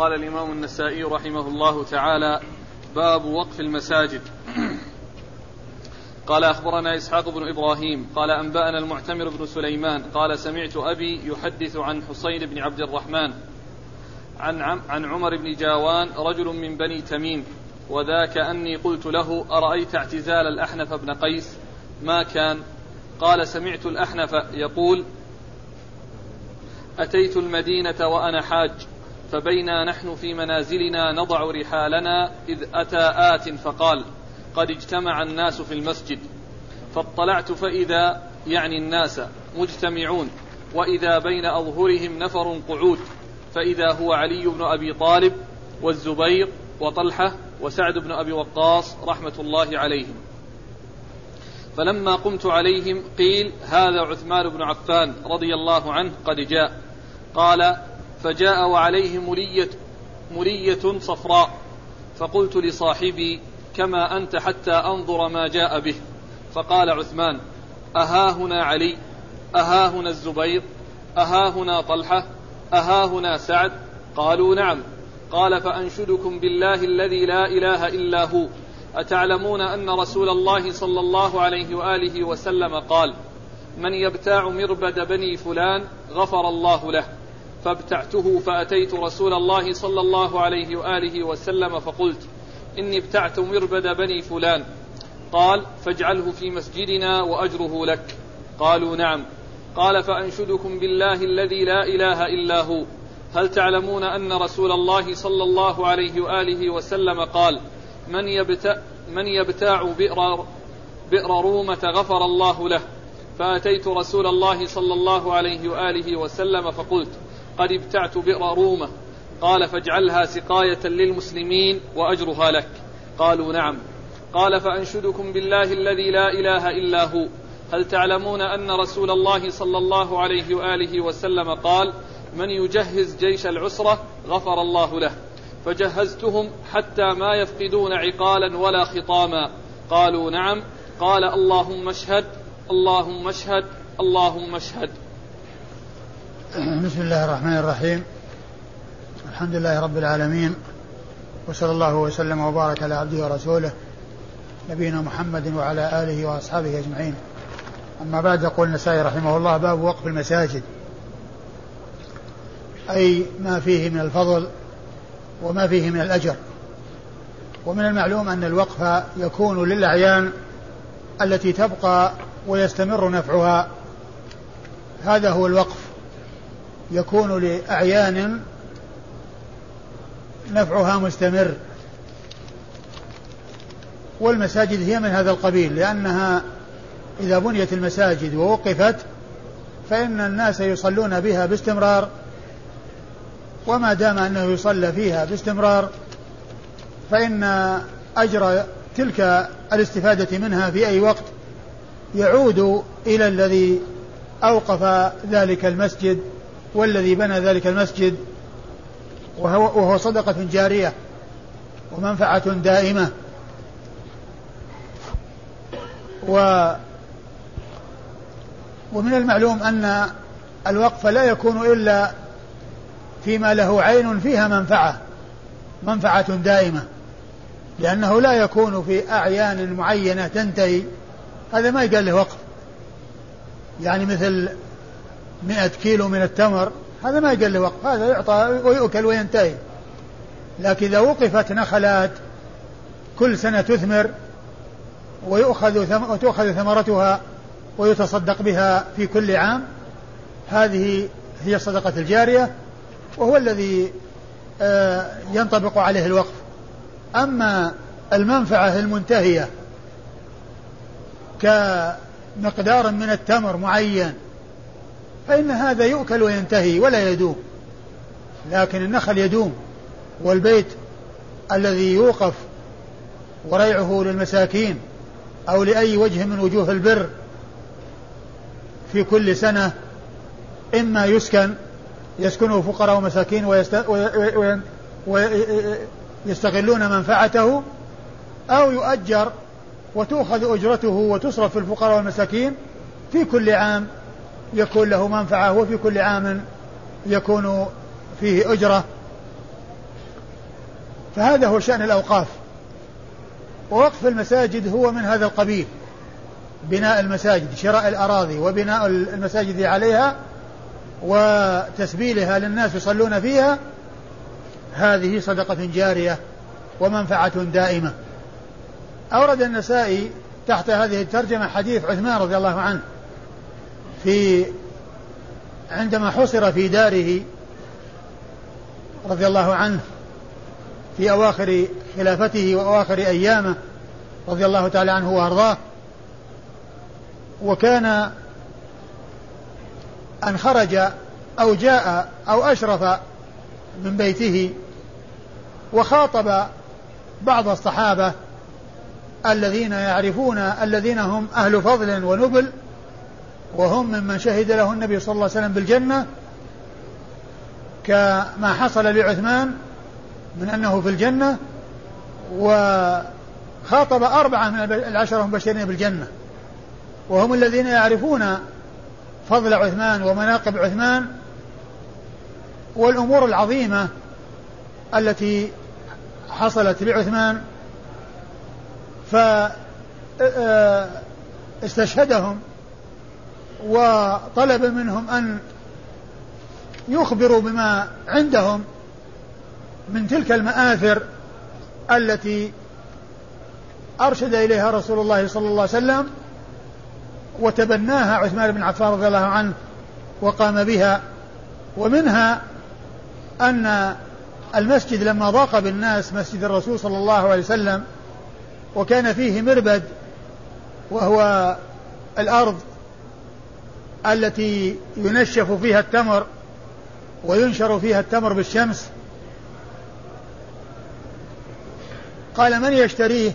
قال الإمام النسائي رحمه الله تعالى: باب وقف المساجد. قال أخبرنا إسحاق بن إبراهيم قال أنبأنا المعتمر بن سليمان قال سمعت أبي يحدث عن حسين بن عبد الرحمن عن عمر بن جاوان رجل من بني تميم، وذاك أني قلت له: أرأيت اعتزال الأحنف بن قيس؟ ما كان؟ قال: سمعت الأحنف يقول: أتيت المدينة وأنا حاج، فبينا نحن في منازلنا نضع رحالنا إذ أتى آت فقال: قد اجتمع الناس في المسجد، فاطلعت فإذا يعني الناس مجتمعون، وإذا بين أظهرهم نفر قعود، فإذا هو علي بن أبي طالب والزبير وطلحة وسعد بن أبي وقاص رحمة الله عليهم. فلما قمت عليهم قيل: هذا عثمان بن عفان رضي الله عنه قد جاء. قال: فجاء وعليه مرية صفراء، فقلت لصاحبي: كما أنت حتى أنظر ما جاء به. فقال عثمان: أها هنا علي؟ أها هنا الزبير؟ أها هنا طلحة؟ أها هنا سعد؟ قالوا: نعم. قال: فأنشدكم بالله الذي لا إله إلا هو، أتعلمون أن رسول الله صلى الله عليه وآله وسلم قال: من يبتاع مربد بني فلان غفر الله له. فابتعته فأتيت رسول الله صلى الله عليه وآله وسلم فقلت: إني ابتعت مربد بني فلان. قال: فاجعله في مسجدنا وأجره لك. قالوا: نعم. قال: فأنشدكم بالله الذي لا إله إلا هو، هل تعلمون أن رسول الله صلى الله عليه وآله وسلم قال: من يبتاع بئر رومة غفر الله له. فأتيت رسول الله صلى الله عليه وآله وسلم فقلت: قد ابتعت بئر رومة. قال: فاجعلها سقاية للمسلمين وأجرها لك. قالوا: نعم. قال: فأنشدكم بالله الذي لا إله إلا هو، هل تعلمون أن رسول الله صلى الله عليه وآله وسلم قال: من يجهز جيش العسرة غفر الله له. فجهزتهم حتى ما يفقدون عقالا ولا خطاما. قالوا: نعم. قال: اللهم اشهد، اللهم اشهد، اللهم اشهد. بسم الله الرحمن الرحيم. الحمد لله رب العالمين، وصلى الله وسلم وبارك على عبده ورسوله نبينا محمد وعلى آله وأصحابه أجمعين. أما بعد، يقول النسائي رحمه الله: باب وقف المساجد، أي ما فيه من الفضل وما فيه من الأجر. ومن المعلوم أن الوقف يكون للأعيان التي تبقى ويستمر نفعها، هذا هو الوقف، يكون لأعيان نفعها مستمر. والمساجد هي من هذا القبيل، لأنها إذا بنيت المساجد ووقفت فإن الناس يصلون بها باستمرار، وما دام أنه يصلى فيها باستمرار فإن أجر تلك الاستفادة منها في أي وقت يعود إلى الذي أوقف ذلك المسجد والذي بنى ذلك المسجد، وهو صدقة جارية ومنفعة دائمة. ومن المعلوم أن الوقف لا يكون إلا فيما له عين فيها منفعة دائمة، لأنه لا يكون في أعيان معينة تنتهي، هذا ما يقال له وقف. يعني مثل 100 كيلو من التمر، هذا ما يقال له وقف، هذا يعطى ويؤكل وينتهي. لكن إذا وقفت نخلات كل سنة تثمر وتؤخذ ثمرتها ويتصدق بها في كل عام، هذه هي الصدقة الجارية، وهو الذي ينطبق عليه الوقف. أما المنفعة المنتهية كمقدار من التمر معين فإن هذا يؤكل وينتهي ولا يدوم، لكن النخل يدوم. والبيت الذي يوقف وريعه للمساكين أو لأي وجه من وجوه البر في كل سنة، إما يسكنه فقراء ومساكين ويستغلون منفعته، أو يؤجر وتؤخذ أجرته وتصرف في الفقراء والمساكين، في كل عام يكون له منفعة وفي كل عام يكون فيه أجرة. فهذا هو شأن الأوقاف. ووقف المساجد هو من هذا القبيل، بناء المساجد، شراء الأراضي وبناء المساجد عليها وتسبيلها للناس يصلون فيها، هذه صدقة جارية ومنفعة دائمة. أورد النسائي تحت هذه الترجمة حديث عثمان رضي الله عنه عندما حصر في داره رضي الله عنه في أواخر خلافته وأواخر أيامه رضي الله تعالى عنه وأرضاه، وكان أن خرج أو جاء أو أشرف من بيته وخاطب بعض الصحابة الذين يعرفون الذين هم أهل فضل ونبل، وهم ممن شهد له النبي صلى الله عليه وسلم بالجنة، كما حصل لعثمان من أنه في الجنة. وخاطب 4 من 10 المبشرين بالجنة، وهم الذين يعرفون فضل عثمان ومناقب عثمان والأمور العظيمة التي حصلت لعثمان، فاستشهدهم وطلب منهم أن يخبروا بما عندهم من تلك المآثر التي أرشد إليها رسول الله صلى الله عليه وسلم وتبناها عثمان بن عفان رضي الله عنه وقام بها. ومنها أن المسجد لما ضاق بالناس، مسجد الرسول صلى الله عليه وسلم، وكان فيه مربد وهو الأرض التي ينشف فيها التمر وينشر فيها التمر بالشمس، قال من يشتريه؟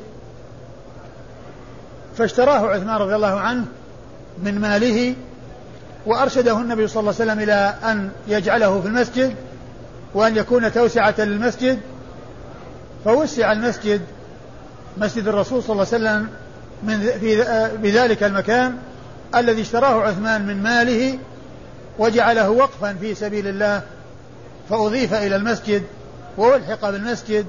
فاشتراه عثمان رضي الله عنه من ماله، وأرشده النبي صلى الله عليه وسلم إلى أن يجعله في المسجد وأن يكون توسعة للمسجد، فوسع المسجد، مسجد الرسول صلى الله عليه وسلم، بذلك المكان الذي اشتراه عثمان من ماله وجعله وقفا في سبيل الله، فأضيف إلى المسجد وألحق بالمسجد.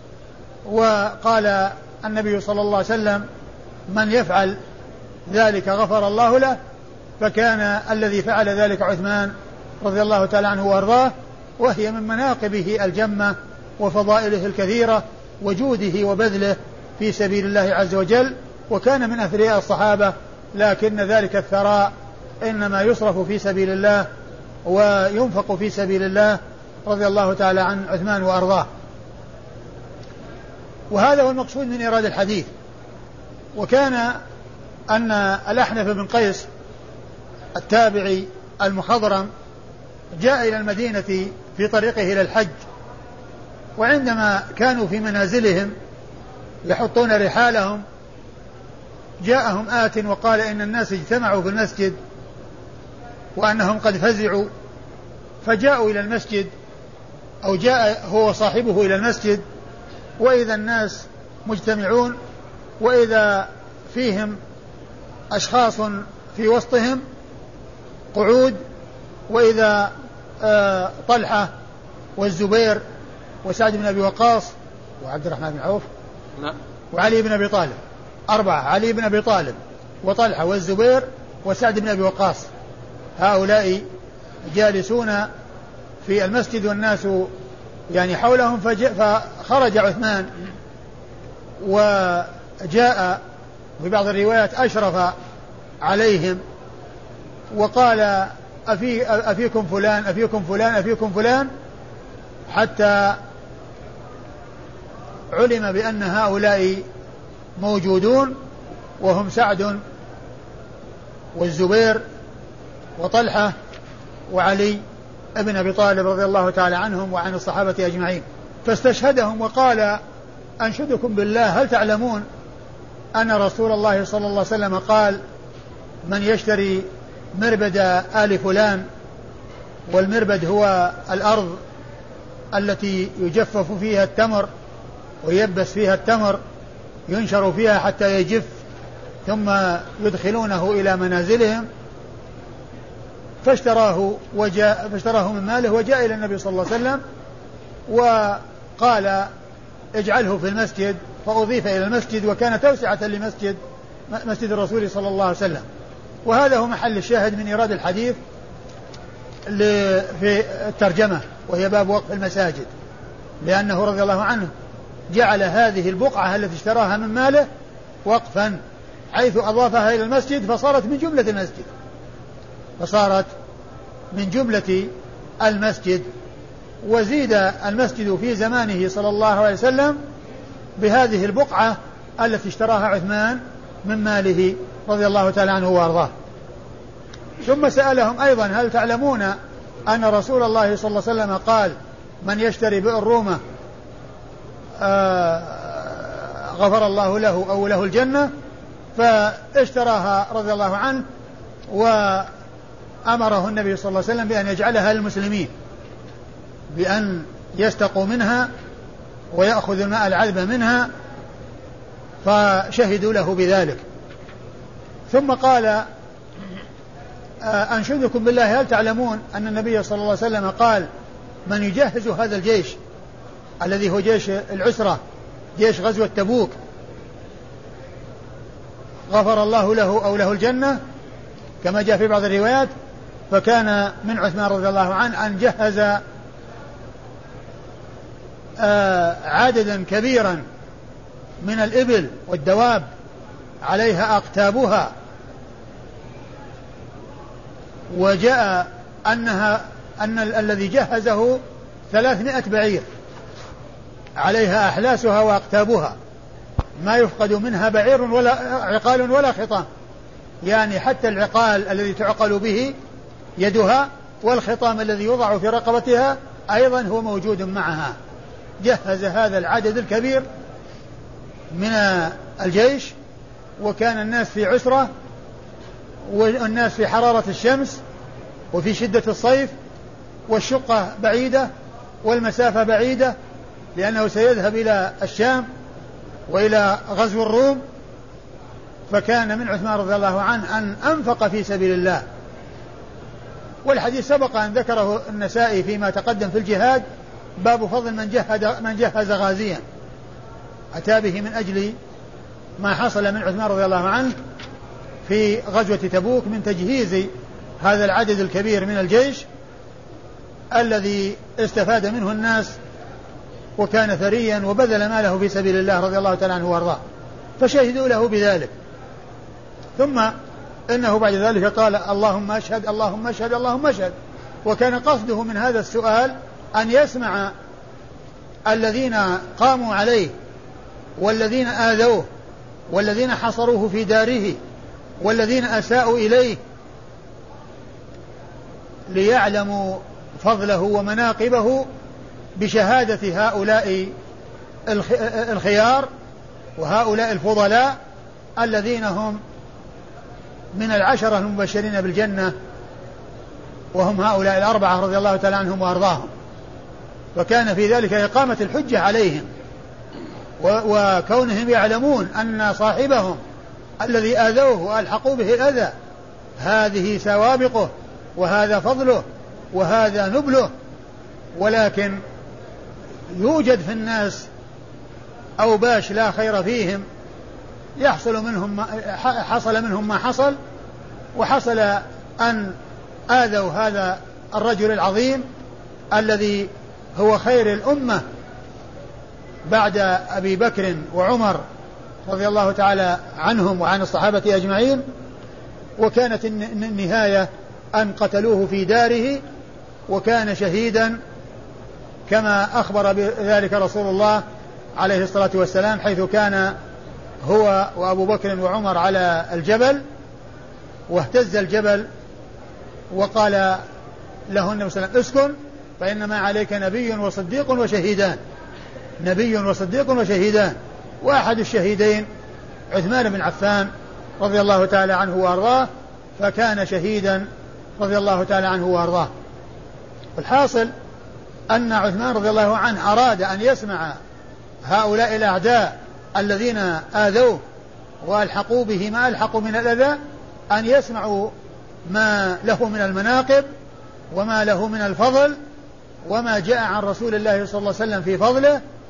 وقال النبي صلى الله عليه وسلم من يفعل ذلك غفر الله له، فكان الذي فعل ذلك عثمان رضي الله تعالى عنه وأرضاه، وهي من مناقبه الجمة وفضائله الكثيرة وجوده وبذله في سبيل الله عز وجل، وكان من أثرياء الصحابة، لكن ذلك الثراء إنما يصرف في سبيل الله وينفق في سبيل الله رضي الله تعالى عن عثمان وأرضاه. وهذا هو المقصود من إيراد الحديث. وكان أن الأحنف بن قيس التابعي المخضرم جاء إلى المدينة في طريقه إلى الحج، وعندما كانوا في منازلهم يحطون رحالهم جاءهم آت وقال إن الناس اجتمعوا في المسجد وأنهم قد فزعوا، فجاءوا إلى المسجد، أو جاء هو صاحبه إلى المسجد، وإذا الناس مجتمعون، وإذا فيهم أشخاص في وسطهم قعود، وإذا طلحة والزبير وسعد بن أبي وقاص وعبد الرحمن بن عوف وعلي بن أبي طالب، 4، علي بن أبي طالب وطلحة والزبير وسعد بن أبي وقاص، هؤلاء جالسون في المسجد والناس يعني حولهم. فخرج عثمان وجاء في بعض الروايات أشرف عليهم وقال أفيكم فلان أفيكم فلان أفيكم فلان، حتى علم بأن هؤلاء موجودون، وهم سعد والزبير وطلحة وعلي ابن أبي طالب رضي الله تعالى عنهم وعن الصحابة أجمعين. فاستشهدهم وقال أنشدكم بالله هل تعلمون أن رسول الله صلى الله عليه وسلم قال من يشتري مربد آل فلان، والمربد هو الأرض التي يجفف فيها التمر ويبس فيها التمر، ينشر فيها حتى يجف ثم يدخلونه إلى منازلهم، فاشتراه من ماله وجاء إلى النبي صلى الله عليه وسلم وقال اجعله في المسجد، فأضيف إلى المسجد، وكان توسعة مسجد الرسول صلى الله عليه وسلم. وهذا هو محل الشاهد من إيراد الحديث في الترجمة، وهي باب وقف المساجد، لأنه رضي الله عنه جعل هذه البقعة التي اشتراها من ماله وقفا، حيث أضافها إلى المسجد فصارت من جملة المسجد. وزيد المسجد في زمانه صلى الله عليه وسلم بهذه البقعة التي اشتراها عثمان من ماله رضي الله تعالى عنه وارضاه. ثم سألهم أيضا: هل تعلمون أن رسول الله صلى الله عليه وسلم قال: من يشتري بئر رومة غفر الله له أو له الجنة؟ فاشتراها رضي الله عنه، وأمره النبي صلى الله عليه وسلم بأن يجعلها للمسلمين، بأن يستقوا منها ويأخذ الماء العذب منها، فشهدوا له بذلك. ثم قال: أنشدكم بالله، هل تعلمون أن النبي صلى الله عليه وسلم قال: من يجهز هذا الجيش الذي هو جيش العسرة، جيش غزوة تبوك، غفر الله له أو له الجنة، كما جاء في بعض الروايات. فكان من عثمان رضي الله عنه أن جهز عددا كبيرا من الإبل والدواب عليها أقتابها، وجاء أن الذي جهزه 300 بعير عليها أحلاسها وأقتابها، ما يفقد منها بعير ولا عقال ولا خطام، يعني حتى العقال الذي تعقل به يدها والخطام الذي يوضع في رقبتها أيضا هو موجود معها. جهز هذا العدد الكبير من الجيش، وكان الناس في عسرة، والناس في حرارة الشمس وفي شدة الصيف، والشقة بعيدة والمسافة بعيدة، لأنه سيذهب إلى الشام وإلى غزو الروم. فكان من عثمان رضي الله عنه أن أنفق في سبيل الله. والحديث سبق أن ذكره النسائي فيما تقدم في الجهاد، باب فضل من جهز غازيا، أتى به من أجل ما حصل من عثمان رضي الله عنه في غزوة تبوك من تجهيز هذا العدد الكبير من الجيش الذي استفاد منه الناس، وكان ثريا وبذل ماله في سبيل الله رضي الله تعالى عنه وارضاه، فشهدوا له بذلك. ثم إنه بعد ذلك قال: اللهم أشهد اللهم أشهد اللهم أشهد. وكان قصده من هذا السؤال أن يسمع الذين قاموا عليه والذين آذوه والذين حصروه في داره والذين أساءوا إليه، ليعلموا فضله ومناقبه بشهادة هؤلاء الخيار وهؤلاء الفضلاء الذين هم من العشرة المبشرين بالجنة، وهم هؤلاء الأربعة رضي الله تعالى عنهم وأرضاهم. وكان في ذلك إقامة الحجة عليهم، وكونهم يعلمون أن صاحبهم الذي آذوه وألحقوا به الأذى هذه سوابقه وهذا فضله وهذا نبله. ولكن يوجد في الناس أوباش لا خير فيهم، حصل منهم ما حصل، وحصل أن آذوا هذا الرجل العظيم الذي هو خير الأمة بعد أبي بكر وعمر رضي الله تعالى عنهم وعن الصحابة أجمعين. وكانت النهاية أن قتلوه في داره، وكان شهيدا كما أخبر بذلك رسول الله عليه الصلاة والسلام، حيث كان هو وأبو بكر وعمر على الجبل، واهتز الجبل، وقال له النبي صلى الله عليه وسلم: اسكن فإنما عليك نبي وصديق وشهيدان، نبي وصديق وشهيدان. وأحد الشهيدين عثمان بن عفان رضي الله تعالى عنه وأرضاه، فكان شهيدا رضي الله تعالى عنه وأرضاه. الحاصل أن عثمان رضي الله عنه أراد أن يسمع هؤلاء الأعداء الذين آذوه وألحقوا به ما ألحقوا من الأذى، أن يسمعوا ما له من المناقب وما له من الفضل وما جاء عن رسول الله صلى الله عليه وسلم في فضله،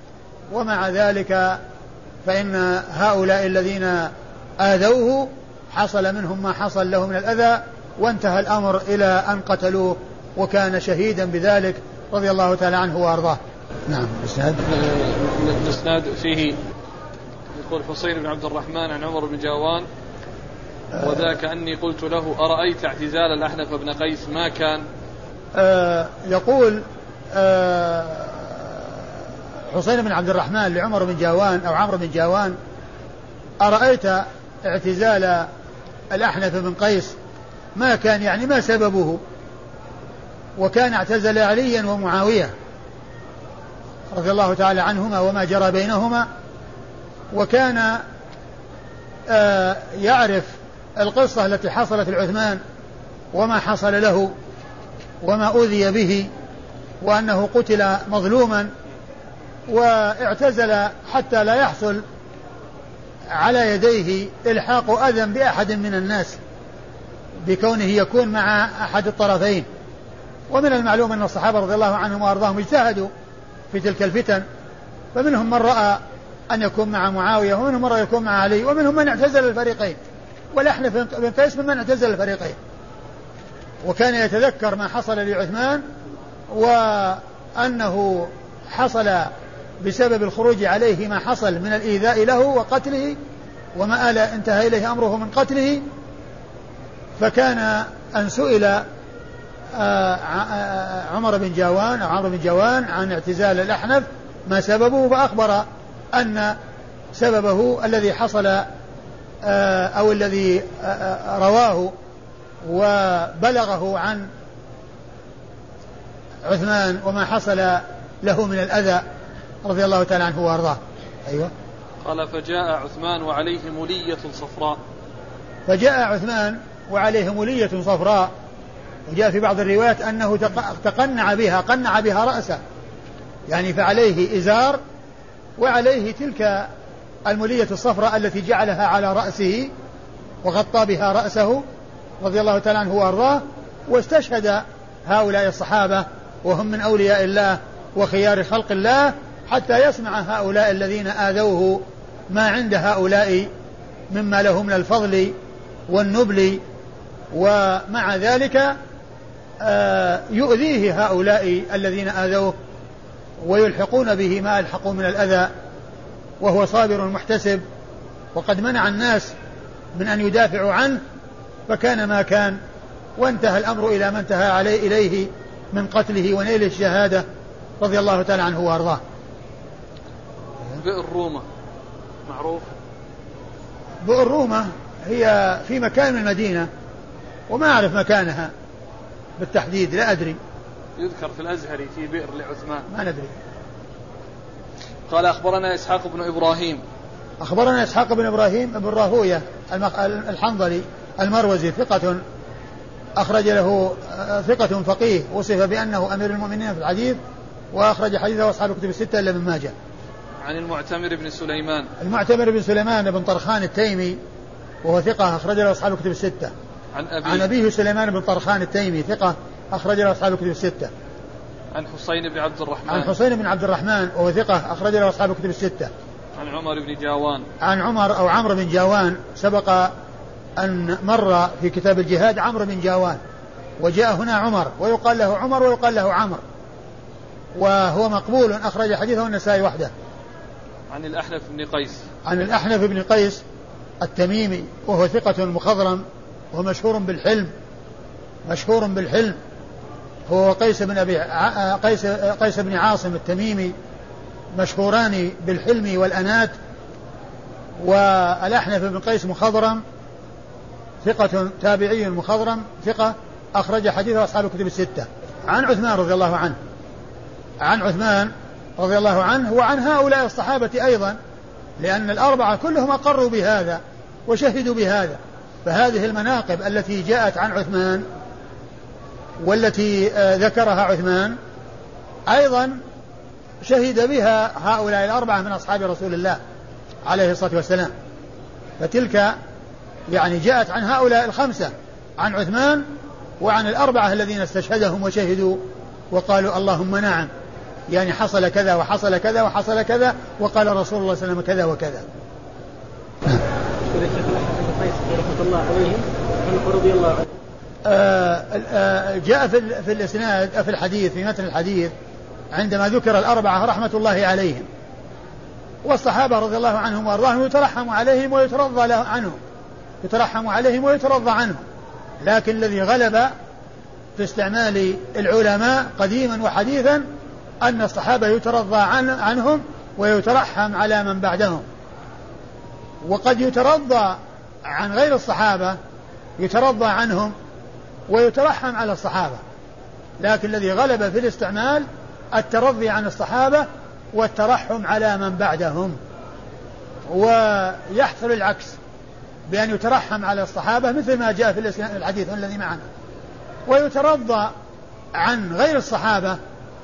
ومع ذلك فإن هؤلاء الذين آذوه حصل منهم ما حصل له من الأذى، وانتهى الأمر إلى أن قتلوه، وكان شهيدا بذلك رضي الله تعالى عنه وأرضاه. نعم. الإسناد فيه يقول حسين بن عبد الرحمن عن عمر بن جاوان وذاك أني قلت له أرأيت اعتزال الأحنف بن قيس ما كان. يقول حسين بن عبد الرحمن لعمر بن جاوان أو عمرو بن جاوان أرأيت اعتزال الأحنف بن قيس ما كان، يعني ما سببه. وكان اعتزل عليا ومعاوية رضي الله تعالى عنهما وما جرى بينهما، وكان يعرف القصة التي حصلت لعثمان وما حصل له وما أوذي به، وأنه قتل مظلوما، واعتزل حتى لا يحصل على يديه إلحاق أذى بأحد من الناس بكونه يكون مع أحد الطرفين. ومن المعلوم أن الصحابة رضي الله عنهم وأرضاهم اجتهدوا في تلك الفتن، فمنهم من رأى أن يكون مع معاوية، ومنهم من رأى يكون مع علي، ومنهم من اعتزل الفريقين، والأحنف بن قيس ممن اعتزل الفريقين، وكان يتذكر ما حصل لعثمان وأنه حصل بسبب الخروج عليه ما حصل من الإيذاء له وقتله، وما انتهى إليه أمره من قتله. فكان أن سئل عمر بن جاوان أو عمرو بن جاوان عن اعتزال الأحنف ما سببه، فأخبر أن سببه الذي حصل أو الذي رواه وبلغه عن عثمان وما حصل له من الأذى رضي الله تعالى عنه وارضاه. أيوة. قال فجاء عثمان وعليه ملية صفراء. فجاء عثمان وعليه ملية صفراء، وجاء في بعض الروايات أنه تقنع بها، قنع بها رأسه، يعني فعليه إزار وعليه تلك الملية الصفراء التي جعلها على رأسه وغطى بها رأسه رضي الله تعالى عنه وارضاه. واستشهد هؤلاء الصحابة وهم من أولياء الله وخيار خلق الله حتى يسمع هؤلاء الذين آذوه ما عند هؤلاء مما له من الفضل والنبل، ومع ذلك يؤذيه هؤلاء الذين آذوه ويلحقون به ما يلحقون من الأذى، وهو صابر محتسب، وقد منع الناس من أن يدافعوا عنه، فكان ما كان، وانتهى الأمر إلى ما انتهى عليه إليه من قتله ونيل الشهادة رضي الله تعالى عنه وارضاه. بئر رومة معروف. بئر رومة هي في مكان من المدينة، وما أعرف مكانها بالتحديد، لا أدري. يذكر في الأزهري في بئر لعثمان، ما ندري. قال أخبرنا إسحاق بن إبراهيم. أخبرنا إسحاق بن إبراهيم بن راهوية الحنظلي المروزي، ثقة أخرج له، ثقة فقيه، وصف بأنه أمير المؤمنين في الحديث، وأخرج حديثه أصحاب الكتب الستة إلا من ماجه. عن المعتمر بن سليمان. المعتمر بن سليمان بن طرخان التيمي، وهو ثقة أخرج له أصحاب الكتب الستة. عن أبيه سليمان بن طرخان التيمي، ثقة أخرج له أصحاب الكتب الستة. عن حسين بن عبد الرحمن. عن حسين بن عبد الرحمن وهو ثقة أخرج له أصحاب الكتب الستة. عن عمر بن جاوان. عن عمر أو عمرو بن جاوان، سبق أن مر في كتاب الجهاد عمرو بن جاوان، وجاء هنا عمر، ويقال له عمر ويقال له عمر، وهو مقبول، أخرج حديثه النسائي وحده. عن الأحنف بن قيس. عن الأحنف بن قيس التميمي، وهو ثقة مخضرم، ومشهور بالحلم، مشهور بالحلم، هو قيس بن عاصم التميمي، مشهوران بالحلم والأنات. والأحنف بن قيس مخضرم، ثقة تابعي مخضرم، ثقة أخرج حديثه أصحاب الكتب الستة. عن عثمان رضي الله عنه، عن عثمان رضي الله عنه وعن هؤلاء الصحابة أيضا، لأن الأربعة كلهم أقروا بهذا وشهدوا بهذا. فهذه المناقب التي جاءت عن عثمان والتي ذكرها عثمان أيضا شهد بها هؤلاء الأربعة من أصحاب رسول الله عليه الصلاة والسلام. فتلك يعني جاءت عن هؤلاء الخمسة، عن عثمان وعن الأربعة الذين استشهدهم وشهدوا وقالوا اللهم نعم. يعني حصل كذا وحصل كذا وحصل كذا وقال رسول الله صلى الله عليه وسلم كذا وكذا. رحمة الله عليهم رضي الله عنه. جاء في الإسناد في الحديث في متن الحديث عندما ذكر الأربعة رحمة الله عليهم والصحابة رضي الله عنهم وأرضاهم يترحم عليهم ويترضى عنهم يترحم عليهم ويترضى عنهم، لكن الذي غلب في استعمال العلماء قديما وحديثا أن الصحابة يترضى عنهم ويترحم على من بعدهم، وقد يترضى عن غير الصحابة يترضى عنهم ويترحم على الصحابة، لكن الذي غلب في الاستعمال الترضي عن الصحابة والترحم على من بعدهم. ويحصل العكس بأن يترحم على الصحابة مثل ما جاء في الحديث الذي معنا، ويترضى عن غير الصحابة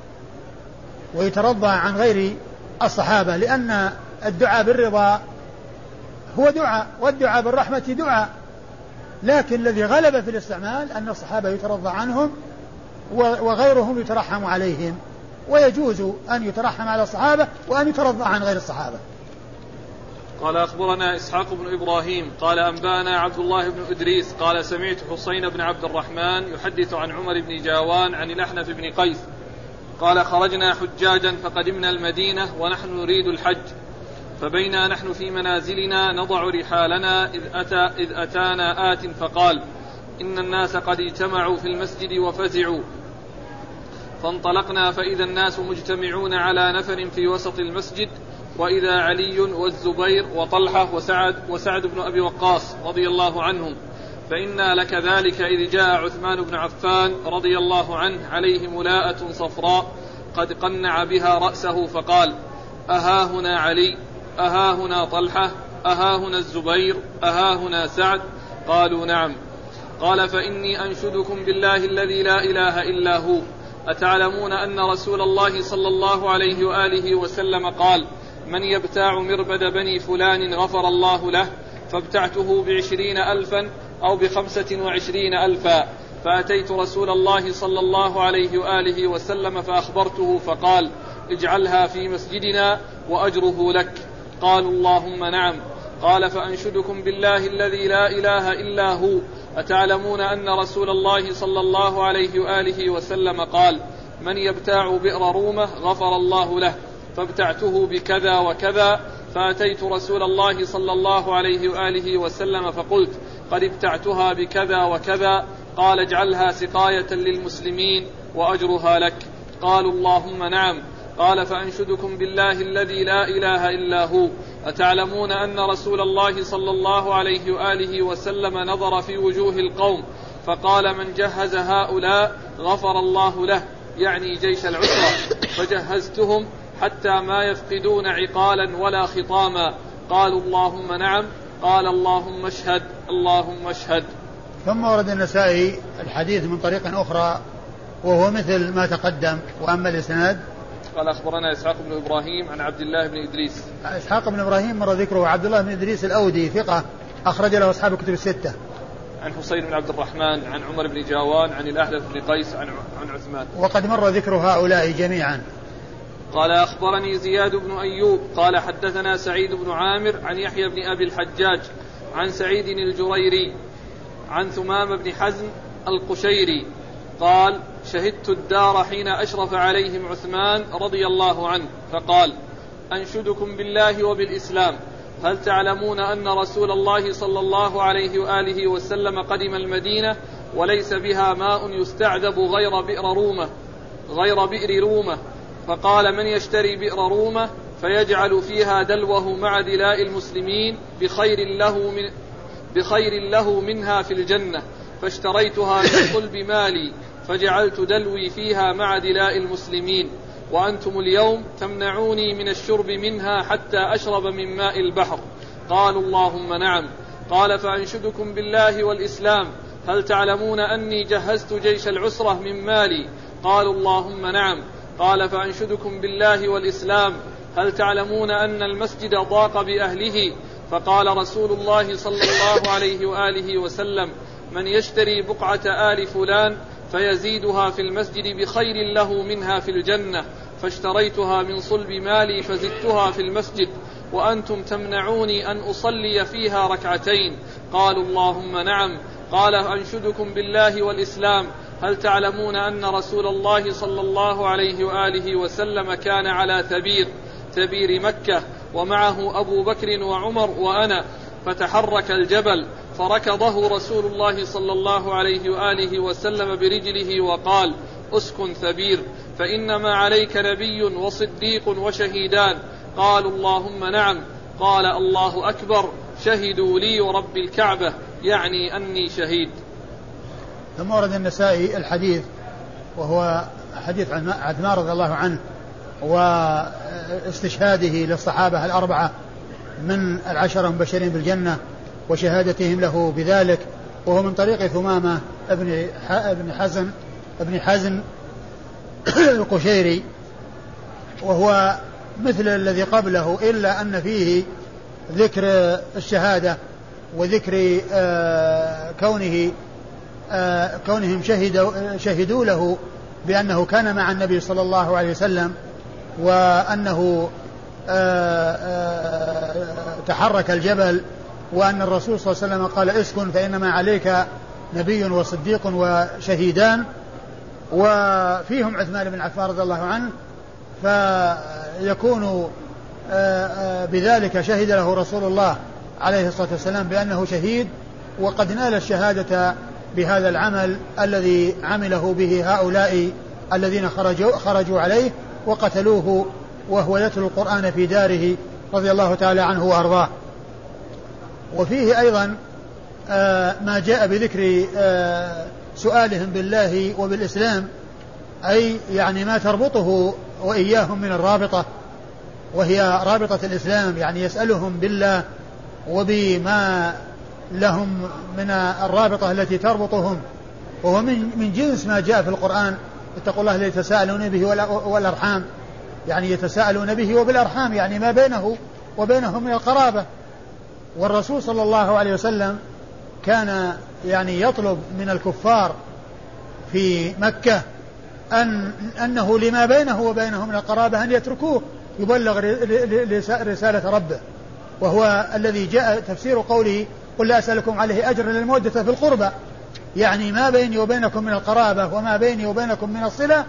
ويترضى عن غير الصحابة، لأن الدعاء بالرضا هو دعاء والدعاء بالرحمة دعاء، لكن الذي غلب في الاستعمال أن الصحابة يترضى عنهم وغيرهم يترحم عليهم، ويجوز أن يترحم على الصحابة وأن يترضى عن غير الصحابة. قال أخبرنا إسحاق بن إبراهيم قال أنبانا عبد الله بن إدريس قال سمعت حسين بن عبد الرحمن يحدث عن عمر بن جاوان عن الأحنف بن قيس قال خرجنا حجاجا فقدمنا المدينة ونحن نريد الحج، فبينا نحن في منازلنا نضع رحالنا إذ أتانا آت فقال إن الناس قد اجتمعوا في المسجد وفزعوا، فانطلقنا فإذا الناس مجتمعون على نفر في وسط المسجد، وإذا علي والزبير وطلحة وسعد بن أبي وقاص رضي الله عنهم، فإنا لك ذلك إذ جاء عثمان بن عفان رضي الله عنه عليه ملاءة صفراء قد قنع بها رأسه فقال أها هنا علي أها هنا طلحة أها هنا الزبير أها هنا سعد؟ قالوا نعم. قال فإني أنشدكم بالله الذي لا إله إلا هو، أتعلمون أن رسول الله صلى الله عليه وآله وسلم قال من يبتاع مربد بني فلان غفر الله له، فابتعته 20,000 أو 25,000. فأتيت رسول الله صلى الله عليه وآله وسلم فأخبرته فقال اجعلها في مسجدنا وأجره لك. قالوا اللهم نعم. قال فأنشدكم بالله الذي لا إله إلا هو، أتعلمون أن رسول الله صلى الله عليه وآله وسلم قال من يبتاع بئر رومة غفر الله له، فابتعته بكذا وكذا. فأتيت رسول الله صلى الله عليه وآله وسلم فقلت قد ابتعتها بكذا وكذا. قال اجعلها سقاية للمسلمين وأجرها لك. قالوا اللهم نعم. قال فأنشدكم بالله الذي لا إله إلا هو، أتعلمون أن رسول الله صلى الله عليه وآله وسلم نظر في وجوه القوم فقال من جهز هؤلاء غفر الله له، يعني جيش العسرة، فجهزتهم حتى ما يفقدون عقالا ولا خطاما. قالوا اللهم نعم. قال اللهم اشهد اللهم اشهد. ثم ورد النسائي الحديث من طريق أخرى وهو مثل ما تقدم. وأما الإسناد قال أخبرنا إسحاق بن إبراهيم عن عبد الله بن إدريس. إسحاق بن إبراهيم مر ذكره. عبد الله بن إدريس الأودي ثقة أخرج له أصحاب الكتب الستة. عن حسين بن عبد الرحمن عن عمر بن جاوان عن الأحنف بن قيس عن عثمان. وقد مر ذكر هؤلاء جميعا. قال أخبرني زياد بن أيوب قال حدثنا سعيد بن عامر عن يحيى بن أبي الحجاج عن سعيد الجريري عن ثمام بن حزم القشيري قال شهدت الدار حين أشرف عليهم عثمان رضي الله عنه فقال أنشدكم بالله وبالإسلام، هل تعلمون أن رسول الله صلى الله عليه وآله وسلم قدم المدينة وليس بها ماء يستعذب غير بئر رومة، فقال من يشتري بئر رومة فيجعل فيها دلوه مع دلاء المسلمين بخير له منها في الجنة، فاشتريتها من صلب مالي فجعلت دلوي فيها مع دلاء المسلمين، وأنتم اليوم تمنعوني من الشرب منها حتى أشرب من ماء البحر. قالوا اللهم نعم. قال فأنشدكم بالله والإسلام، هل تعلمون أني جهزت جيش العسرة من مالي؟ قالوا اللهم نعم. قال فأنشدكم بالله والإسلام، هل تعلمون أن المسجد ضاق بأهله؟ فقال رسول الله صلى الله عليه وآله وسلم من يشتري بقعة آل فلان فيزيدها في المسجد بخير له منها في الجنة، فاشتريتها من صلب مالي فزدتها في المسجد وأنتم تمنعوني أن أصلي فيها ركعتين. قالوا اللهم نعم. قال أنشدكم بالله والإسلام، هل تعلمون أن رسول الله صلى الله عليه وآله وسلم كان على ثبير مكة ومعه أبو بكر وعمر وأنا، فتحرك الجبل فركضه رسول الله صلى الله عليه وآله وسلم برجله وقال أسكن ثبير فإنما عليك نبي وصديق وشهيدان. قالوا اللهم نعم. قال الله أكبر، شهدوا لي ورب الكعبة، يعني أني شهيد. ثم ورد النسائي الحديث وهو حديث عثمان رضي الله عنه واستشهاده للصحابة الأربعة من العشرة المبشرين بالجنة وشهادتهم له بذلك، وهو من طريق ثمامة ابن حزن القشيري، وهو مثل الذي قبله إلا أن فيه ذكر الشهادة وذكر كونهم شهدوا له بأنه كان مع النبي صلى الله عليه وسلم، وأنه تحرك الجبل، وأن الرسول صلى الله عليه وسلم قال اسكن فإنما عليك نبي وصديق وشهيدان، وفيهم عثمان بن عفان رضي الله عنه، فيكون بذلك شهد له رسول الله عليه الصلاة والسلام بأنه شهيد، وقد نال الشهادة بهذا العمل الذي عمله به هؤلاء الذين خرجوا عليه وقتلوه وهو يتلو القرآن في داره رضي الله تعالى عنه وأرضاه. وفيه أيضا ما جاء بذكر سؤالهم بالله وبالإسلام، أي يعني ما تربطه وإياهم من الرابطة، وهي رابطة الإسلام، يعني يسألهم بالله وبما لهم من الرابطة التي تربطهم، وهو من جنس ما جاء في القرآن اتقوا الله الذي يتساءلون به والأرحام، يعني يتساءلون به وبالأرحام، يعني ما بينه وبينهم من القرابة. والرسول صلى الله عليه وسلم كان يعني يطلب من الكفار في مكة أنه لما بينه وبينهم من القرابة أن يتركوه يبلغ رسالة ربه، وهو الذي جاء تفسير قوله قل لا أسألكم عليه أجر للمودة في القربى، يعني ما بيني وبينكم من القرابة وما بيني وبينكم من الصلة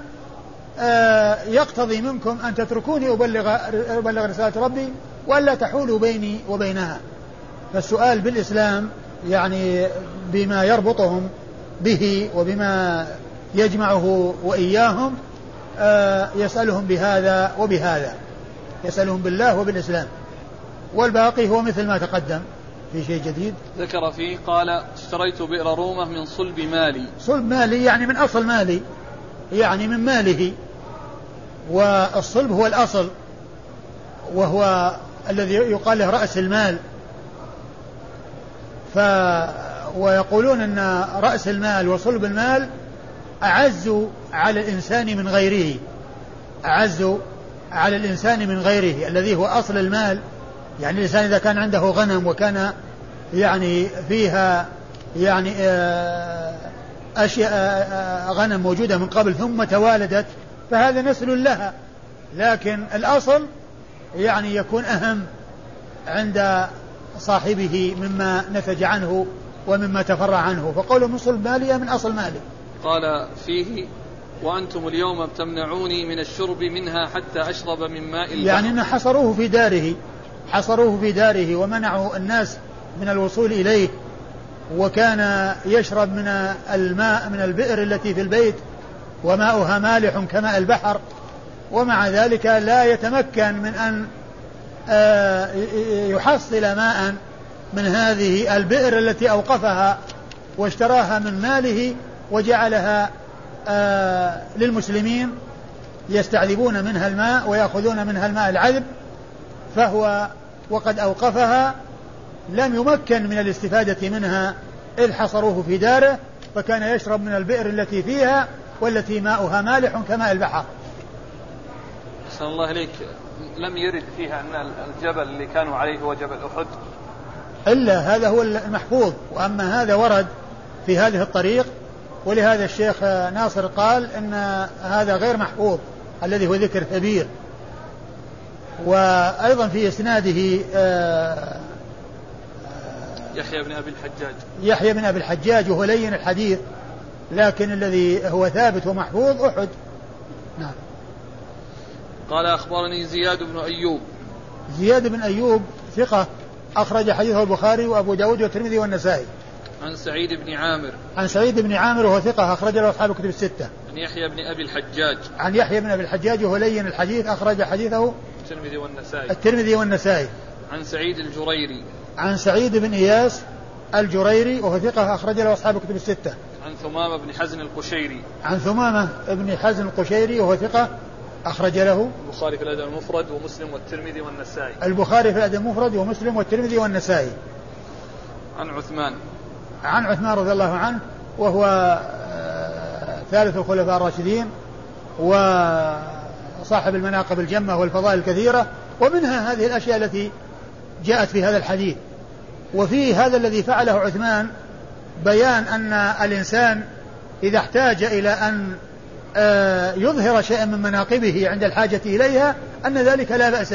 يقتضي منكم أن تتركوني أبلغ رسالة ربي وألا تحولوا بيني وبينها. فالسؤال بالإسلام يعني بما يربطهم به وبما يجمعه وإياهم، يسألهم بهذا وبهذا، يسألهم بالله وبالإسلام، والباقي هو مثل ما تقدم. في شيء جديد ذكر فيه قال اشتريت بئر رومة من صلب مالي. صلب مالي يعني من أصل مالي، يعني من ماله، والصلب هو الأصل وهو الذي يقال له رأس المال. ويقولون أن رأس المال وصلب المال أعز على الإنسان من غيره، أعز على الإنسان من غيره الذي هو أصل المال. يعني الإنسان إذا كان عنده غنم وكان يعني فيها يعني أشياء غنم موجودة من قبل ثم توالدت فهذا نسل لها، لكن الأصل يعني يكون أهم عند صاحبه مما نتج عنه ومما تفرع عنه. فقوله من صلب مالي من أصل مالي. قال فيه وأنتم اليوم تمنعوني من الشرب منها حتى أشرب من ماء البحر، يعني أن حصروه في داره ومنعوا الناس من الوصول إليه، وكان يشرب من الماء من البئر التي في البيت وماؤها مالح كماء البحر، ومع ذلك لا يتمكن من أن يحصل ماء من هذه البئر التي أوقفها واشتراها من ماله وجعلها للمسلمين يستعذبون منها الماء ويأخذون منها الماء العذب، فهو وقد أوقفها لم يمكن من الاستفادة منها إذ حصروه في داره، فكان يشرب من البئر التي فيها والتي ماؤها مالح كماء البحر. أحسن الله إليك، لم يرد فيها أن الجبل اللي كانوا عليه هو جبل أحد إلا هذا هو المحفوظ، وأما هذا ورد في هذه الطريق، ولهذا الشيخ ناصر قال إن هذا غير محفوظ الذي هو ذكر كبير. وأيضا في إسناده يحيى بن أبي الحجاج وهو لين الحديث، لكن الذي هو ثابت ومحفوظ أحد. نعم. قال أخبرني زياد بن أيوب ثقة أخرج حديثه البخاري وأبو داود والترمذي والنسائي. عن سعيد بن عامر وهو ثقة أخرج له أصحاب الكتب الستة. عن يحيى بن أبي الحجاج وهو لين الحديث أخرج حديثه الترمذي والنسائي. عن سعيد بن إياس الجريري وهو ثقة أخرج له أصحاب الكتب الستة. عن ثمامة بن حزن القشيري وهو ثقة أخرج له البخاري في الأدب المفرد ومسلم والترمذي والنسائي. عن عثمان رضي الله عنه وهو ثالث الخلفاء الراشدين وصاحب المناقب الجمة والفضائل الكثيرة، ومنها هذه الأشياء التي جاءت في هذا الحديث. وفي هذا الذي فعله عثمان بيان أن الإنسان إذا احتاج إلى أن يظهر شيئا من مناقبه عند الحاجة إليها أن ذلك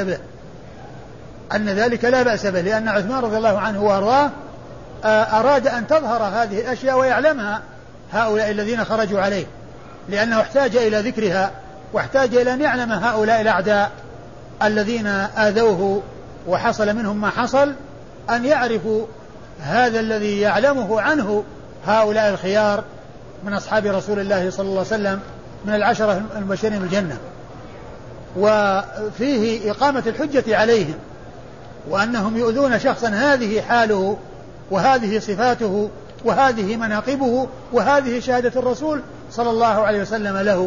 لا بأس به، لأن عثمان رضي الله عنه وأرضاه أراد أن تظهر هذه الأشياء ويعلمها هؤلاء الذين خرجوا عليه، لأنه احتاج إلى ذكرها واحتاج إلى أن يعلم هؤلاء الأعداء الذين آذوه وحصل منهم ما حصل، أن يعرفوا هذا الذي يعلمه عنه هؤلاء الخيار من أصحاب رسول الله صلى الله عليه وسلم من العشرة المبشرين بالجنة. وفيه إقامة الحجة عليهم، وأنهم يؤذون شخصا هذه حاله وهذه صفاته وهذه مناقبه وهذه شهادة الرسول صلى الله عليه وسلم له.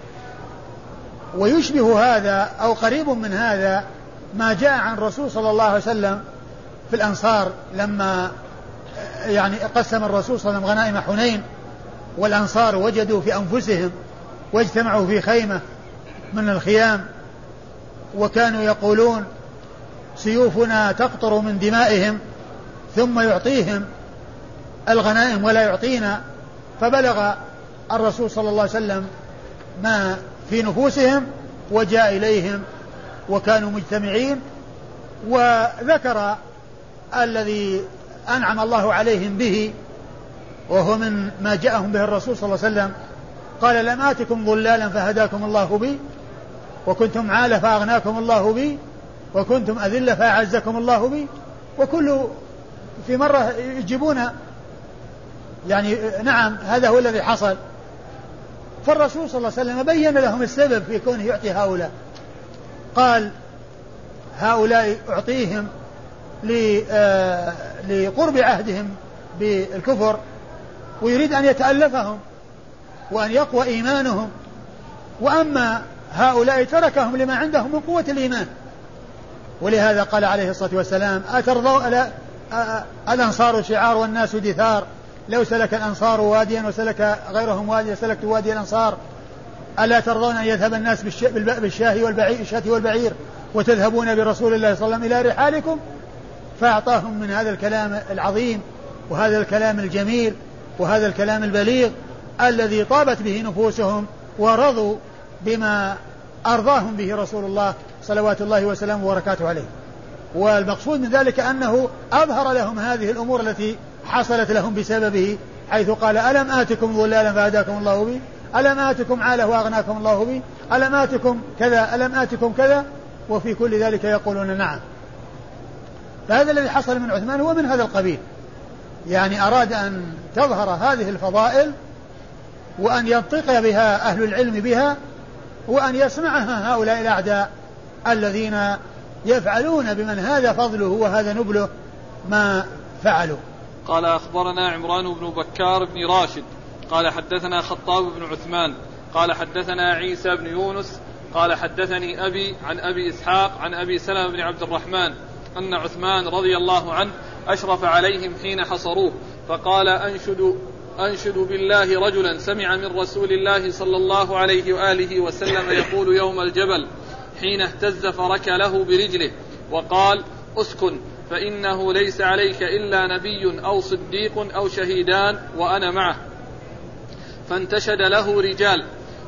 ويشبه هذا أو قريب من هذا ما جاء عن الرسول صلى الله عليه وسلم في الأنصار لما قسم الرسول صلى الله عليه وسلم غنائم حنين، والأنصار وجدوا في أنفسهم واجتمعوا في خيمة من الخيام وكانوا يقولون سيوفنا تقطر من دمائهم ثم يعطيهم الغنائم ولا يعطينا. فبلغ الرسول صلى الله عليه وسلم ما في نفوسهم وجاء إليهم وكانوا مجتمعين، وذكر الذي أنعم الله عليهم به وهو من ما جاءهم به الرسول صلى الله عليه وسلم. قال لم آتكم ضلالا فهداكم الله بي، وكنتم عالة فأغناكم الله بي، وكنتم أذلة فأعزكم الله بي. وكل في مرة يجيبون نعم هذا هو الذي حصل. فالرسول صلى الله عليه وسلم بين لهم السبب في كونه يعطي هؤلاء. قال هؤلاء أعطيهم لقرب عهدهم بالكفر ويريد أن يتألفهم وأن يقوى إيمانهم، وأما هؤلاء تركهم لما عندهم من قوة الإيمان. ولهذا قال عليه الصلاة والسلام الأنصار شعار والناس دثار، لو سلك الأنصار واديا وسلك غيرهم واديا سلكت وادي الأنصار. ألا ترضون أن يذهب الناس بالشاه والبعير وتذهبون برسول الله صلى الله عليه وسلم إلى رحالكم؟ فأعطاهم من هذا الكلام العظيم وهذا الكلام الجميل وهذا الكلام البليغ الذي طابت به نفوسهم ورضوا بما أرضاهم به رسول الله صلوات الله وسلامه وبركاته عليه. والمقصود من ذلك أنه أظهر لهم هذه الأمور التي حصلت لهم بسببه، حيث قال ألم آتكم ضلالا فهداكم الله بي، ألم آتكم عالة وأغناكم الله بي، ألم آتكم كذا، ألم آتكم كذا، وفي كل ذلك يقولون نعم. فهذا الذي حصل من عثمان هو من هذا القبيل، أراد أن تظهر هذه الفضائل وأن ينطق بها أهل العلم بها وأن يسمعها هؤلاء الأعداء الذين يفعلون بمن هذا فضله وهذا نبله ما فعلوا. قال أخبرنا عمران بن بكار بن راشد قال حدثنا خطاب بن عثمان قال حدثنا عيسى بن يونس قال حدثني أبي عن أبي إسحاق عن أبي سلمة بن عبد الرحمن أن عثمان رضي الله عنه أشرف عليهم حين حصروه فقال أنشد بالله رجلا سمع من رسول الله صلى الله عليه وآله وسلم يقول يوم الجبل حين اهتز فرك له برجله وقال اسكن فإنه ليس عليك إلا نبي أو صديق أو شهيدان وأنا معه. فانتشد له رجال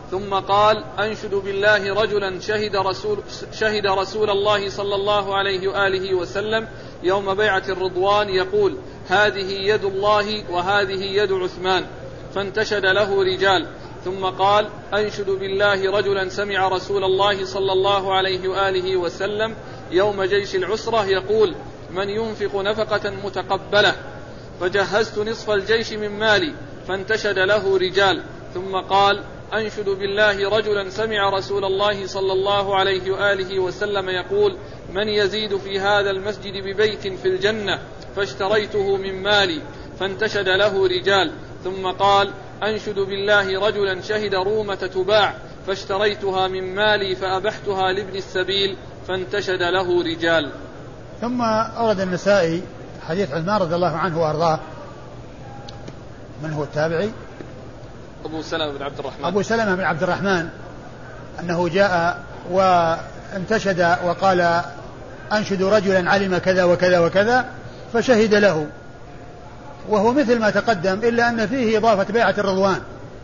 ثم قال: أنشد بالله رجلا شهد رسول الله صلى الله عليه وآله وسلم يوم بيعة الرضوان يقول: هذه يد الله وهذه يد عثمان، فانتشد له رجال. ثم قال: أنشد بالله رجلا سمع رسول الله صلى الله عليه وآله وسلم يوم جيش العسرة يقول: من ينفق نفقة متقبلة، فجهزت نصف الجيش من مالي، فانتشد له رجال. ثم قال: أنشد بالله رجلا سمع رسول الله صلى الله عليه وآله وسلم يقول: من يزيد في هذا المسجد ببيت في الجنة، فاشتريته من مالي، فانتشد له رجال. ثم قال: أنشد بالله رجلا شهد رومة تباع، فاشتريتها من مالي فأبحتها لابن السبيل، فانتشد له رجال. ثم أورد النسائي حديث عثمان رضي الله عنه وأرضاه. من هو التابعي؟ أبو سلمة بن عبد الرحمن. أبو سلمة بن عبد الرحمن أنه جاء وانتشد وقال: أنشد رجلا علم كذا وكذا وكذا، فشهد له، وهو مثل ما تقدم، إلا أن فيه إضافة بيعة الرضوان،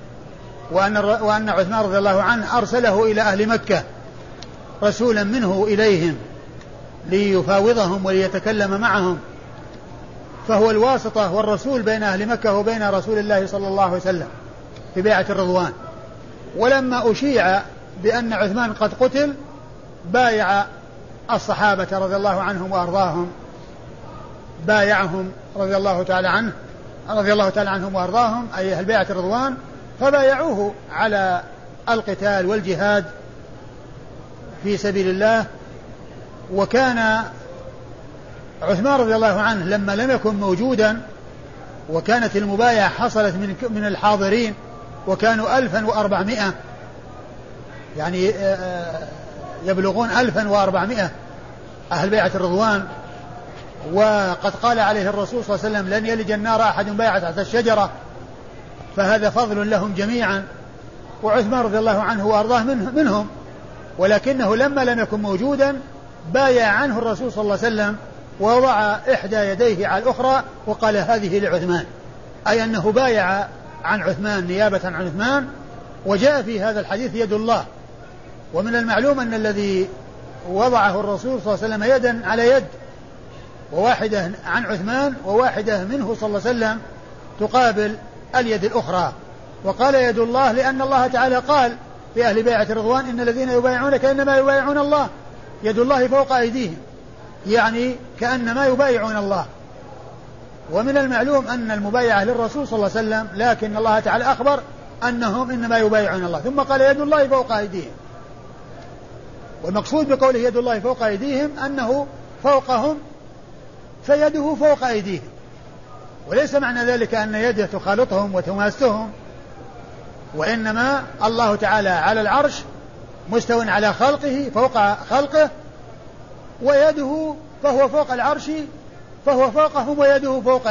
وأن عثمان رضي الله عنه أرسله إلى أهل مكة رسولا منه إليهم ليفاوضهم وليتكلم معهم، فهو الواسطة والرسول بين أهل مكة وبين رسول الله صلى الله عليه وسلم في بيعة الرضوان. ولما أشيع بأن عثمان قد قتل بايع الصحابة رضي الله عنهم وأرضاهم، بايعهم رضي الله تعالى عنهم وأرضاهم، أي أهل بيعة الرضوان، فبايعوه على القتال والجهاد في سبيل الله. وكان عثمان رضي الله عنه لما لم يكن موجودا وكانت المبايعة حصلت من الحاضرين، وكانوا 1400، يعني يبلغون 1400 أهل بيعة الرضوان. وقد قال عليه الرسول صلى الله عليه وسلم: لن يلج النار أحد بايع تحت الشجرة، فهذا فضل لهم جميعا. وعثمان رضي الله عنه وأرضاه منهم، ولكنه لما لم يكن موجودا بايع عنه الرسول صلى الله عليه وسلم، ووضع إحدى يديه على الأخرى وقال: هذه لعثمان، أي أنه بايع عن عثمان نيابة عن عثمان. وجاء في هذا الحديث يد الله. ومن المعلوم أن الذي وضعه الرسول صلى الله عليه وسلم يدا على يد، وواحدة عن عثمان وواحدة منه صلى الله عليه وسلم تقابل اليد الأخرى. وقال يد الله لأن الله تعالى قال في أهل بيعة الرضوان: إن الذين يبايعونك إنما يبايعون الله يد الله فوق أيديهم، يعني كأنما يبايعون الله. ومن المعلوم أن المبايعة للرسول صلى الله عليه وسلم، لكن الله تعالى أخبر أنهم إنما يبايعون الله، ثم قال يد الله فوق أيديهم. والمقصود بقوله يد الله فوق أيديهم أنه فوقهم فيده فوق أيديهم، وليس معنى ذلك أن يده تخالطهم وتماسهم، وإنما الله تعالى على العرش مستو على خلقه فوق خلقه، ويده فهو فوق العرش فهو فوقهم ويده فوق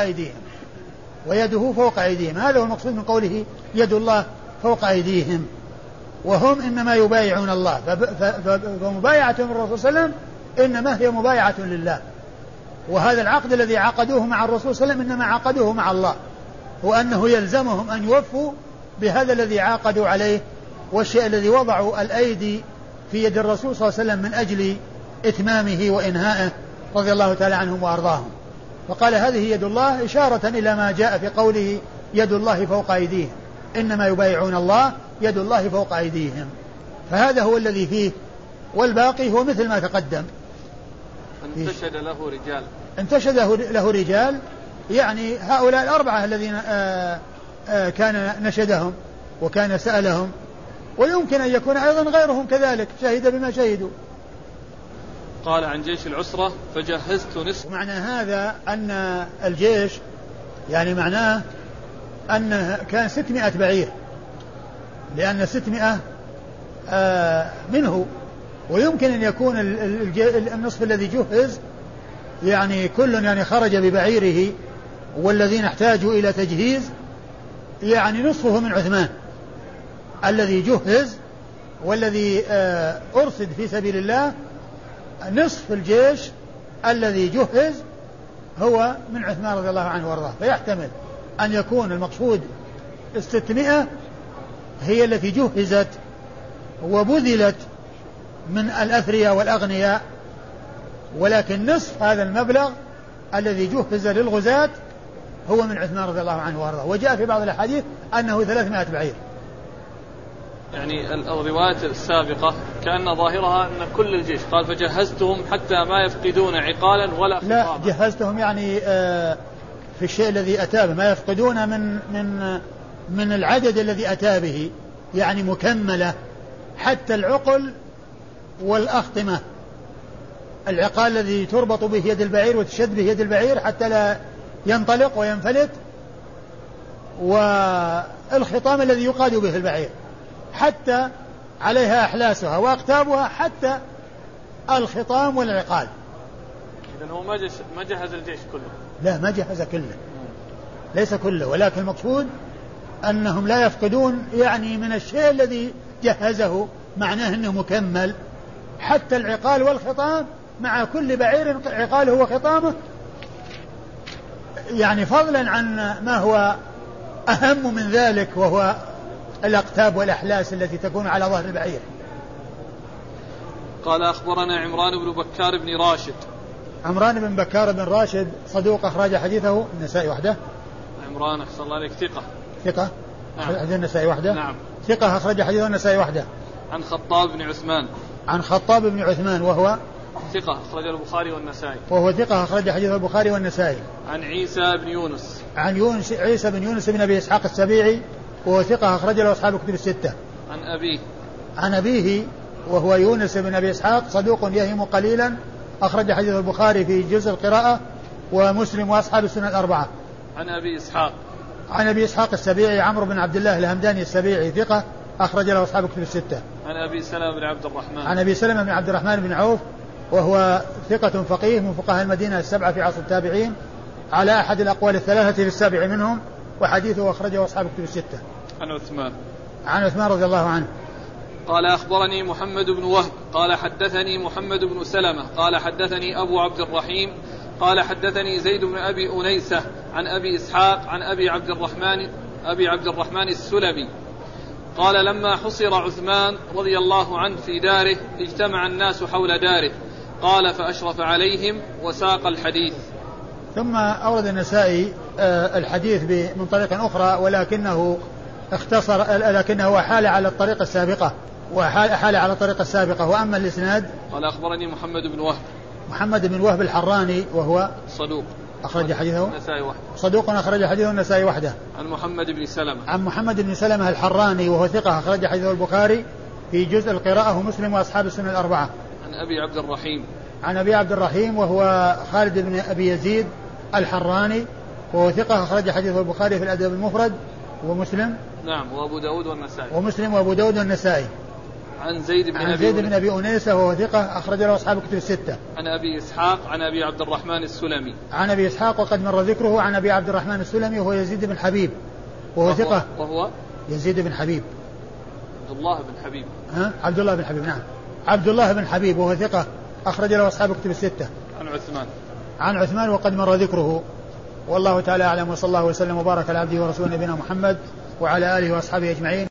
أيديهم. هذا هو المقصود من قوله يد الله فوق أيديهم. وهم إنما يبايعون الله، فمبايعتهم الرسول صلى الله عليه وسلم إنما هي مبايعة لله. وهذا العقد الذي عقدوه مع الرسول صلى الله عليه وسلم إنما عقدوه مع الله، وأنه يلزمهم أن يوفوا بهذا الذي عاقدوا عليه، والشيء الذي وضعوا الأيدي في يد الرسول صلى الله عليه وسلم من أجل إتمامه وإنهائه رضي الله تعالى عنهم وأرضاهم. وقال: هذه يد الله، إشارة إلى ما جاء في قوله يد الله فوق أيديهم، إنما يبايعون الله يد الله فوق أيديهم. فهذا هو الذي فيه، والباقي هو مثل ما تقدم. انتشد له رجال، يعني هؤلاء الأربعة الذين كان نشدهم وكان سألهم، ويمكن أن يكون أيضا غيرهم كذلك شهد بما شهدوا. قال: عن جيش العسرة فجهزت نصف. معنى هذا أن الجيش، يعني معناه أن كان 600 بعير، لأن 600 منه، ويمكن أن يكون النصف الذي جهز يعني كل يعني خرج ببعيره، والذين احتاجوا إلى تجهيز يعني نصفه من عثمان الذي جهز والذي أرصد في سبيل الله. نصف الجيش الذي جهز هو من عثمان رضي الله عنه وارضاه، فيحتمل أن يكون المقصود 600 هي التي جهزت وبذلت من الأثرياء والأغنياء، ولكن نصف هذا المبلغ الذي جهز للغزاة هو من عثمان رضي الله عنه وارضاه. وجاء في بعض الأحاديث أنه 300 بعير. يعني الروايات السابقة كأن ظاهرها أن كل الجيش، قال فجهزتهم حتى ما يفقدون عقالا ولا خطابا. لا، جهزتهم يعني في الشيء الذي أتى به، ما يفقدون من العدد الذي أتى به، يعني مكملة حتى العقل والأخطمة. العقال الذي تربط به يد البعير وتشد به يد البعير حتى لا ينطلق وينفلت، والخطام الذي يقاد به البعير حتى عليها أحلاسها وأقتابها، حتى الخطام والعقال. إذن هو ما جهز الجيش كله؟ لا، ما جهز كله، ليس كله، ولكن المقصود أنهم لا يفقدون يعني من الشيء الذي جهزه، معناه أنه مكمل حتى العقال والخطام، مع كل بعير عقاله وخطامه، يعني فضلا عن ما هو أهم من ذلك وهو الأقتاب والأحلاس التي تكون على ظهر البعير. قال أخبرنا عمران بن بكار بن راشد. عمران بن بكار بن راشد صدوق أخرج حديثه النسائي وحده. عمران أحسن الله عليك ثقة نعم. حديث النسائي وحده. نعم. ثقة أخرج حديثه النسائي وحده. عن خطاب بن عثمان. عن خطاب بن عثمان وهو ثقة أخرج البخاري والنسائي. وهو ثقة أخرج حديث البخاري والنسائي. عن عيسى بن يونس. عن عيسى بن يونس بن أبي إسحاق السبيعي وهو ثقة أخرج له أصحاب الكتب الستة. عن أبيه وهو يونس بن أبي إسحاق صدوق يهم قليلا، أخرج حديث البخاري في جزء القراءة ومسلم وأصحاب السنن الأربعة. عن أبي إسحاق السبيعي عمرو بن عبد الله الهمداني السبيعي ثقة أخرج له أصحاب الكتب الستة. عن أبي سلمة بن عبد الرحمن. عن أبي سلمة بن عبد الرحمن بن عوف وهو ثقة فقيه من فقهاء المدينة السبعة في عصر التابعين، على أحد الأقوال الثلاثة في السابع منهم، وحديثه أخرجه أصحاب الكتب الستة. عن عثمان رضي الله عنه. قال أخبرني محمد بن وهب قال حدثني محمد بن سلمة قال حدثني أبو عبد الرحيم قال حدثني زيد بن أبي أنيسة عن أبي إسحاق عن أبي عبد الرحمن السلمي قال لما حصر عثمان رضي الله عنه في داره اجتمع الناس حول داره، قال فأشرف عليهم وساق الحديث. ثم أورد النسائي الحديث من طريق أخرى، ولكنه اختصر، لكنه حال على الطريقة السابقة وأما الإسناد قال أخبرني محمد بن وهب الحراني وهو صدوق أخرج حديثه النسائي وحده. صدوق أخرج حديثه النسائي وحده. عن محمد بن سلمة الحراني وهو ثقة أخرج حديثه البخاري في جزء القراءة ومسلم وأصحاب السنن الأربعة. عن أبي عبد الرحيم وهو خالد بن أبي يزيد الحراني وهو ثقة أخرج حديثه البخاري في الأدب المفرد ومسلم. نعم. وأبو داود والنسائي. عن زيد بن أبي أنيسة وهو ثقة أخرج له أصحاب الكتب الستة. عن أبي إسحاق عن أبي عبد الرحمن السلمي. عن أبي إسحاق وقد مر ذكره. عن أبي عبد الرحمن السلمي وهو يزيد بن حبيب وهو ثقة. وهو يزيد بن حبيب. عبد الله بن حبيب. نعم. عبد الله بن حبيب وهو ثقة أخرج له أصحاب الكتب الستة. عن عثمان وقد مر ذكره. والله تعالى أعلم، وصلى الله وسلم وبارك على عبده ورسوله نبينا محمد وعلى آله وأصحابه أجمعين.